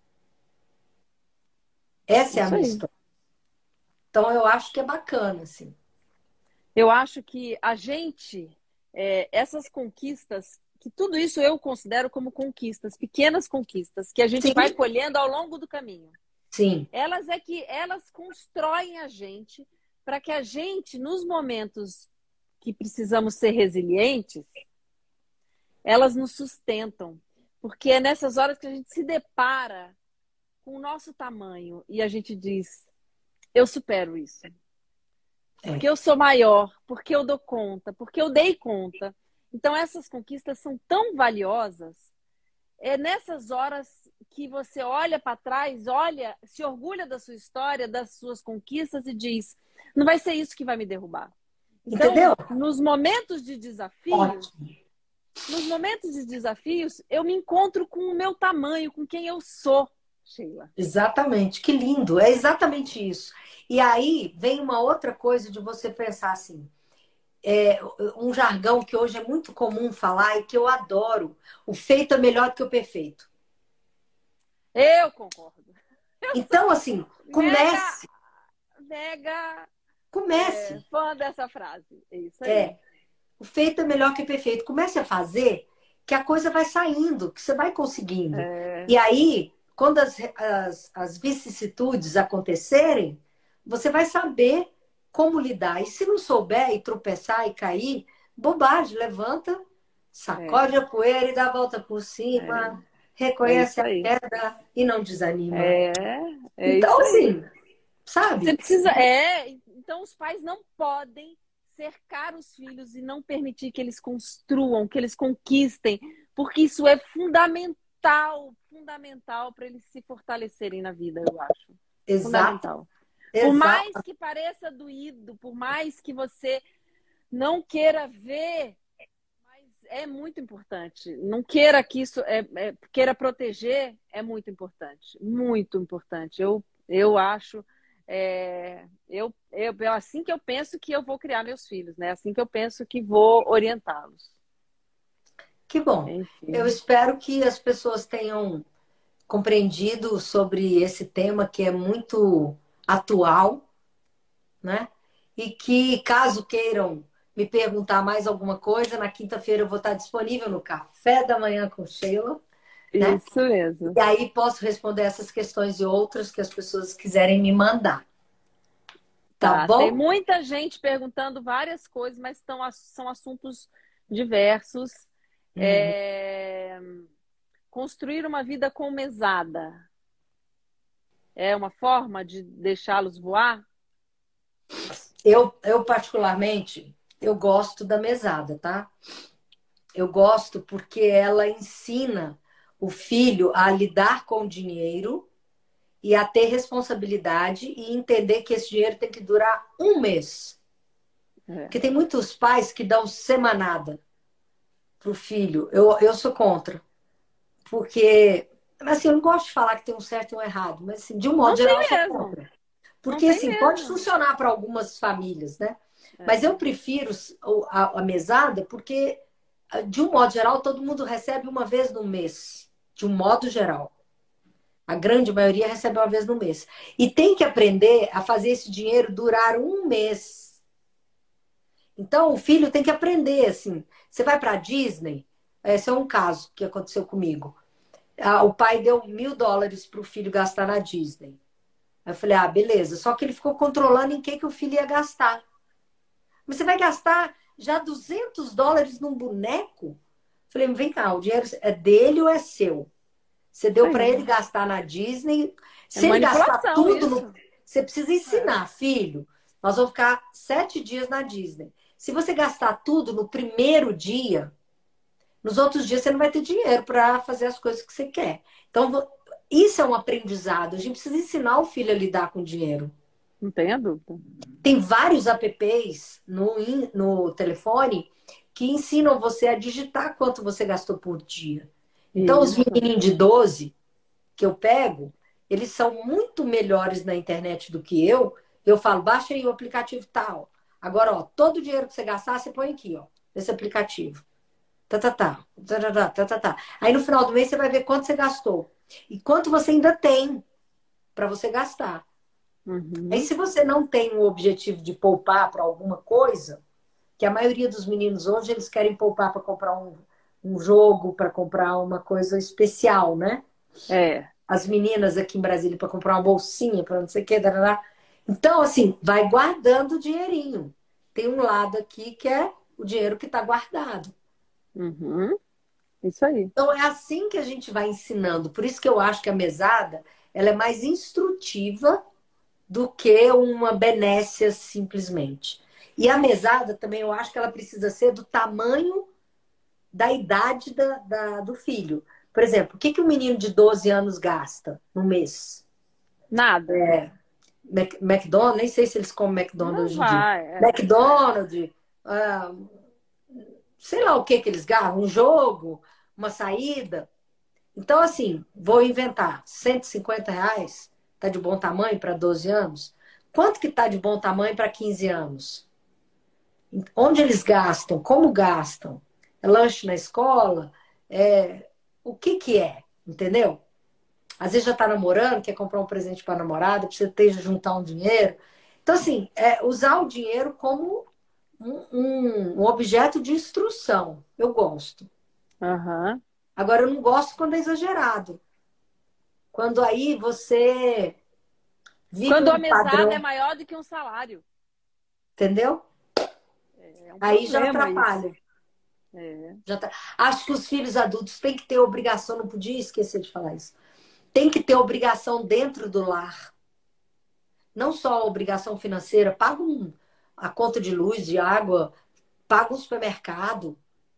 Essa é a Isso minha aí. história. Então, eu acho que é bacana, assim. Eu acho que a gente, é, essas conquistas, que tudo isso eu considero como conquistas, pequenas conquistas, que a gente Sim, vai colhendo ao longo do caminho. sim. Elas é que elas constroem a gente para que a gente, nos momentos que precisamos ser resilientes, elas nos sustentam. Porque é nessas horas que a gente se depara com o nosso tamanho e a gente diz: eu supero isso. É. Porque eu sou maior, porque eu dou conta, porque eu dei conta. Então, essas conquistas são tão valiosas. É nessas horas que você olha para trás, olha, se orgulha da sua história, das suas conquistas e diz: não vai ser isso que vai me derrubar. Entendeu? Então, nos momentos de desafios, Ótimo. nos momentos de desafios, eu me encontro com o meu tamanho, com quem eu sou, Sheila. Exatamente. Que lindo. É exatamente isso. E aí vem uma outra coisa de você pensar assim. É, um jargão que hoje é muito comum falar e que eu adoro. O feito é melhor do que o perfeito. Eu concordo. Eu sou Então, assim, mega, comece. mega é, Comece. fã dessa frase. É isso aí. É, o feito é melhor que o perfeito. Comece a fazer que a coisa vai saindo, que você vai conseguindo. É, E aí, quando as, as, as vicissitudes acontecerem, você vai saber como lidar. E se não souber e tropeçar e cair, bobagem, levanta, é, sacode a poeira e dá a volta por cima, é isso reconhece a aí. queda e não desanima. É, é Então, isso aí. assim, Você sabe? precisa. É, então os pais não podem cercar os filhos e não permitir que eles construam, que eles conquistem, porque isso é fundamental, fundamental para eles se fortalecerem na vida, eu acho. Exato, Fundamental. Por mais exato. que pareça doído, por mais que você não queira ver, mas é muito importante. Não queira que isso é, é, queira proteger, é muito importante, muito importante. Eu, eu acho, é, eu, eu, é assim que eu penso que eu vou criar meus filhos, né? Assim que eu penso que vou orientá-los. Que bom. Eu Enfim, espero que as pessoas tenham compreendido sobre esse tema que é muito atual, né? E que, caso queiram me perguntar mais alguma coisa, na quinta-feira eu vou estar disponível no Café da Manhã com Sheila, né? isso mesmo. E aí posso responder essas questões e outras que as pessoas quiserem me mandar. Tá Tá, tem bom? muita gente perguntando várias coisas, mas estão, são assuntos diversos. Uhum. É, construir uma vida com mesada é uma forma de deixá-los voar? Eu, eu, particularmente, eu gosto da mesada, tá? Eu gosto porque ela ensina o filho a lidar com o dinheiro e a ter responsabilidade e entender que esse dinheiro tem que durar um mês. É, Porque tem muitos pais que dão semanada. pro filho. Eu, eu sou contra. Porque, assim, eu não gosto de falar que tem um certo e um errado, mas assim, de um modo Não tem geral, eu sou mesmo. contra. Não Porque, tem assim, pode mesmo. funcionar para algumas famílias, né? Mas É. eu prefiro a, a mesada porque, de um modo geral, todo mundo recebe uma vez no mês. De um modo geral. A grande maioria recebe uma vez no mês. E tem que aprender a fazer esse dinheiro durar um mês. Então, o filho tem que aprender, assim. Você vai para a Disney, esse é um caso que aconteceu comigo. Ah, o pai deu mil dólares para o filho gastar na Disney. Aí eu falei, ah, beleza. Só que ele ficou controlando em que, que o filho ia gastar. Mas você vai gastar já duzentos dólares num boneco? Falei, vem cá, o dinheiro é dele ou é seu? Você deu para ele Sim. gastar na Disney. É Se ele gastar manipulação tudo, no... isso. você precisa É. ensinar, filho. Nós vamos ficar sete dias na Disney. Se você gastar tudo no primeiro dia, nos outros dias você não vai ter dinheiro para fazer as coisas que você quer. Então, isso é um aprendizado. A gente precisa ensinar o filho a lidar com dinheiro. Não tenha dúvida. Tem vários apps no, no telefone que ensinam você a digitar quanto você gastou por dia. Então, os Isso. menininhos de doze que eu pego, eles são muito melhores na internet do que eu. Eu falo, baixa aí o aplicativo tal. Agora, ó, todo o dinheiro que você gastar, você põe aqui, ó, nesse aplicativo. Tá, tá, tá, tá, tá, tá, tá, tá, tá. Aí no final do mês você vai ver quanto você gastou e quanto você ainda tem para você gastar. Aí, Uhum. se você não tem um objetivo de poupar para alguma coisa, que a maioria dos meninos hoje eles querem poupar para comprar um, um jogo, para comprar uma coisa especial, né? É. As meninas aqui em Brasília para comprar uma bolsinha, para não sei o que, darará. Então, assim, vai guardando o dinheirinho. Tem um lado aqui que é o dinheiro que está guardado. Uhum. Isso aí. Então, é assim que a gente vai ensinando. Por isso que eu acho que a mesada ela é mais instrutiva do que uma benécia simplesmente. E a mesada também eu acho que ela precisa ser do tamanho da idade da, da- do filho. Por exemplo, o que, que um menino de doze anos gasta no mês? Nada. Mac- McDonald's, nem sei se eles comem McDonald's Não hoje em dia. vai. É. É. McDonald's, ah, sei lá o que que eles gastam, um jogo, uma saída. Então, assim, vou inventar. cento e cinquenta reais tá de bom tamanho para doze anos? Quanto que tá de bom tamanho para quinze anos? Onde eles gastam? Como gastam? É lanche na escola? É... O que que é? Entendeu? Às vezes já tá namorando, quer comprar um presente para a namorada, precisa ter juntar um dinheiro. Então, assim, é usar o dinheiro como um, um, um objeto de instrução. Eu gosto. Aham. Agora, eu não gosto quando é exagerado. Quando aí você vive Quando a um mesada é padrão, maior do que um salário. entendeu? É um Aí já problema isso. atrapalha. É. Já tá- Acho que os filhos adultos têm que ter obrigação, não podia esquecer de falar isso. Tem que ter obrigação dentro do lar. Não só a obrigação financeira, paga um, a conta de luz, de água, paga um supermercado,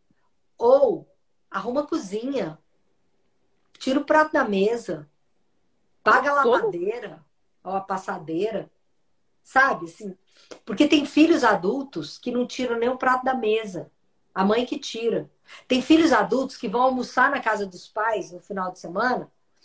ou arruma a cozinha, tira o prato da mesa, To- paga a Todo. lavadeira, ou a passadeira, sabe? Assim, porque tem filhos adultos que não tiram nem o prato da mesa. A mãe que tira. Tem filhos adultos que vão almoçar na casa dos pais no final de semana,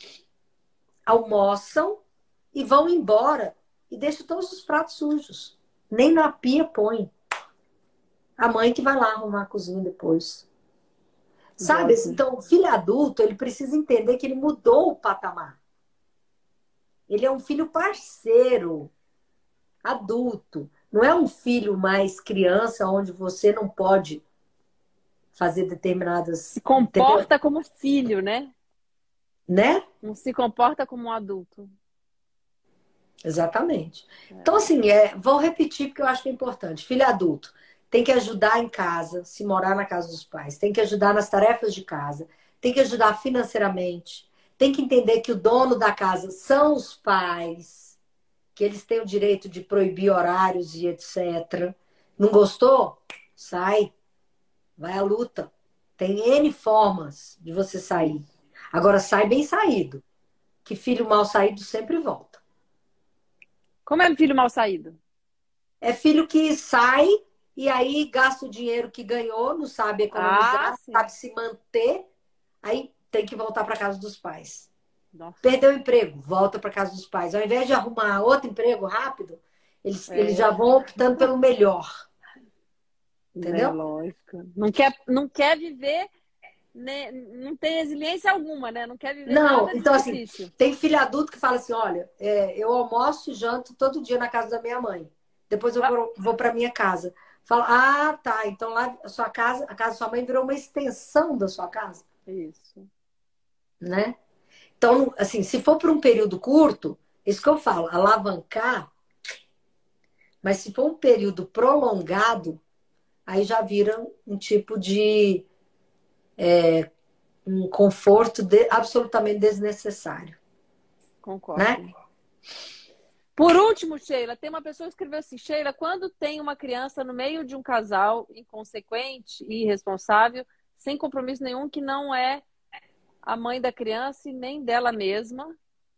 almoçam e vão embora e deixam todos os pratos sujos. Nem na pia põe. A mãe que vai lá arrumar a cozinha depois. Sabe? Droga. Então, o filho adulto, ele precisa entender que ele mudou o patamar. Ele é um filho parceiro, adulto. Não é um filho mais criança, onde você não pode fazer Se determinadas. Entendeu? comporta como filho, né? Né? Não se comporta como um adulto. Exatamente. Então, É. assim, é, vou repetir porque eu acho que é importante. Filho adulto tem que ajudar em casa, se morar na casa dos pais, tem que ajudar nas tarefas de casa, tem que ajudar financeiramente, tem que entender que o dono da casa são os pais, que eles têm o direito de proibir horários e etcétera. Não gostou? Sai, vai à luta. Tem N formas de você sair. Agora sai bem saído, que filho mal saído sempre volta. Como é um filho mal saído? É filho que sai e aí gasta o dinheiro que ganhou, não sabe Ah, economizar, não sim. sabe se manter, aí tem que voltar para casa dos pais. Nossa. Perdeu o emprego, volta para casa dos pais. Ao invés de arrumar outro emprego rápido, eles, eles já É, vão optando pelo melhor. é Entendeu? lógico. Não quer, não quer viver, né? Não tem resiliência alguma, né? Não quer viver Não, nada de então assim, difícil. tem filho adulto que fala assim: olha, é, eu almoço e janto todo dia na casa da minha mãe. Depois eu Ah, vou, vou para minha casa. Fala, ah, tá. Então lá a sua casa, a casa da sua mãe virou uma extensão da sua casa, isso. né? Então, assim, se for por um período curto, isso que eu falo, alavancar, mas se for um período prolongado, aí já vira um tipo de um conforto de- absolutamente desnecessário, né? Concordo. Por último, Sheila, tem uma pessoa que escreveu assim: Sheila, quando tem uma criança no meio de um casal inconsequente e irresponsável, sem compromisso nenhum, que não é a mãe da criança e nem dela mesma,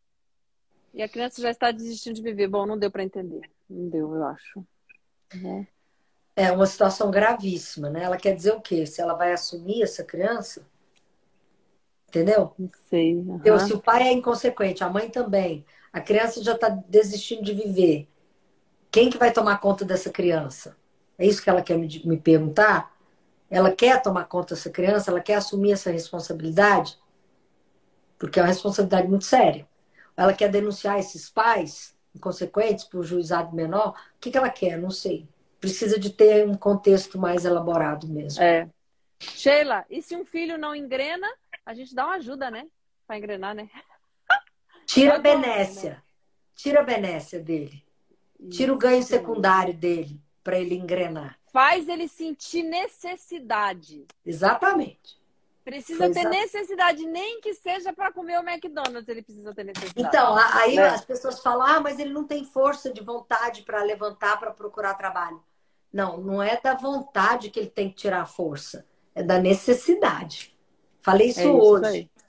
e a criança já está desistindo de viver. Bom, não deu para entender. Não deu, eu acho. Né? É uma situação gravíssima, né? Ela quer dizer o quê? Se ela vai assumir essa criança, entendeu? Não sei. Eu, se Uhum. o pai é inconsequente, a mãe também, a criança já está desistindo de viver. Quem que vai tomar conta dessa criança? É isso que ela quer me, me perguntar? Ela quer tomar conta dessa criança? Ela quer assumir essa responsabilidade? Porque é uma responsabilidade muito séria. Ela quer denunciar esses pais inconsequentes por juizado menor? O que, que ela quer? Não sei. Precisa de ter um contexto mais elaborado mesmo. É. Sheila, e se um filho não engrena, a gente dá uma ajuda, né? Para engrenar, né? Tira a É bom, né? benécia. Tira a benécia dele. Tira o ganho Isso. secundário dele para ele engrenar. Faz ele sentir necessidade. Exatamente. Foi Precisa ter exa- necessidade, nem que seja para comer o McDonald's, ele precisa ter necessidade, Então, a- aí né? as pessoas falam: ah, mas ele não tem força de vontade para levantar, para procurar trabalho. Não, não é da vontade que ele tem que tirar a força, é da necessidade. Falei É isso isso hoje, aí.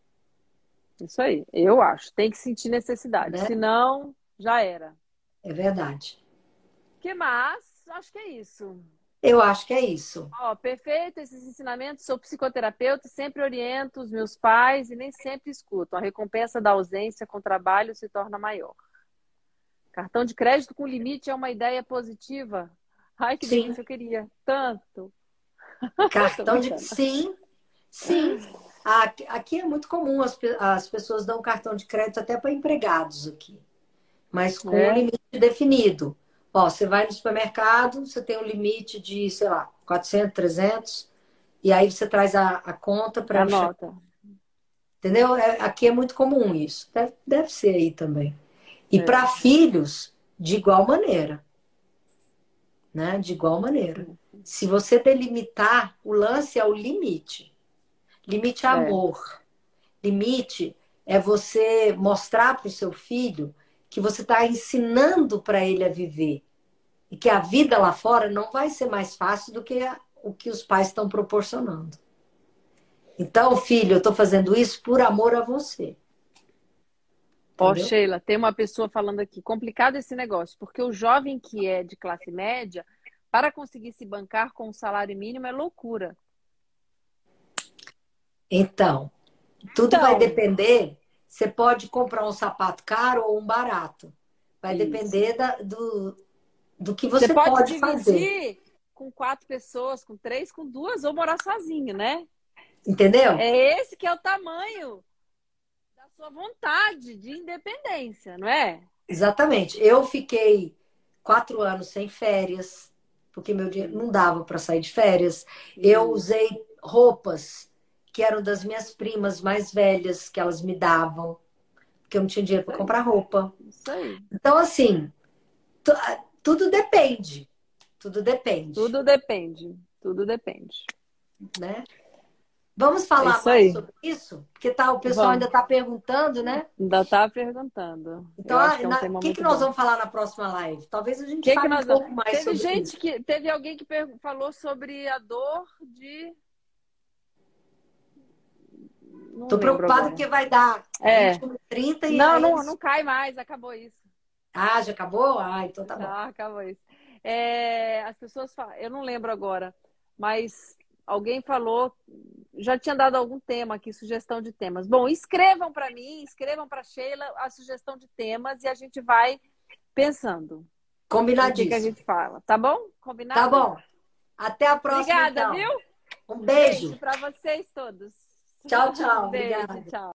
Isso aí, eu acho. Tem que sentir necessidade. né? Senão, já era. É verdade. Que mais? Acho que é isso. Eu acho que é isso. Ó, perfeito esses ensinamentos. Sou psicoterapeuta, sempre oriento os meus pais e nem sempre escuto. A recompensa da ausência com trabalho se torna maior. Cartão de crédito com limite é uma ideia positiva. Ai, que Sim. delícia, eu queria tanto. Tô Cartão de. brincando. Sim, sim. Aqui aqui é muito comum as, pe- as pessoas dão cartão de crédito até para empregados aqui, mas com um É, limite definido. Ó, você vai no supermercado, você tem um limite de, sei lá, quatrocentos, trezentos, e aí você traz a, a conta para eu chamar. anota. Entendeu? É- aqui é muito comum isso. Deve, deve ser aí também. E para É, filhos, de igual maneira, né? De igual maneira. sim. Se você delimitar, o lance é o limite. Limite é É, amor. Limite é você mostrar para o seu filho que você está ensinando para ele a viver. E que a vida lá fora não vai ser mais fácil do que a- o que os pais estão proporcionando. Então, filho, eu estou fazendo isso por amor a você. ó, Entendeu? Sheila, tem uma pessoa falando aqui, complicado esse negócio, porque o jovem que é de classe média, para conseguir se bancar com o salário mínimo é loucura. Então, tudo vai Então, depender. Você pode comprar um sapato caro ou um barato. Vai isso. depender da- do, do que Você você pode pode fazer. dividir com quatro pessoas, com três, com duas, ou morar sozinho, né? Entendeu? É esse que é o tamanho da sua vontade de independência, não é? Exatamente. Eu fiquei quatro anos sem férias, porque meu dinheiro não Isso, dava para sair de férias. Eu isso, usei roupas que eram das minhas primas mais velhas, que elas me davam, porque eu não tinha dinheiro isso para aí, comprar roupa. isso aí. Então, assim, tu- tudo depende. Tudo depende, Tudo depende, tudo depende. né? Vamos É falar isso mais aí. sobre isso? Porque tá, o pessoal ainda Vamos. está perguntando, né? Ainda tá perguntando. Então, Eu acho ah, que é um na- o tema que, que muito nós bom. vamos falar na próxima live? Talvez a O gente que que fale um nós vamos... pouco mais Teve sobre gente isso. que... Teve alguém que per- falou sobre a dor de... Não Tô lembro preocupada agora. que vai dar vinte É. e um, trinta e Não, aí não, não eles. cai mais. Acabou isso. Ah, já acabou? Ah, então tá bom. Já acabou isso. É, as pessoas falam, eu não lembro agora, mas alguém falou, já tinha dado algum tema aqui, sugestão de temas. Bom, escrevam para mim, escrevam para Sheila a sugestão de temas e a gente vai pensando no que que a Combinadíssimo. gente fala, tá bom? Tá Combinado? bom. Até a próxima, Obrigada, então. viu? Um Beijo beijo. para vocês todos. Tchau, tchau. Beijo, Obrigada. tchau.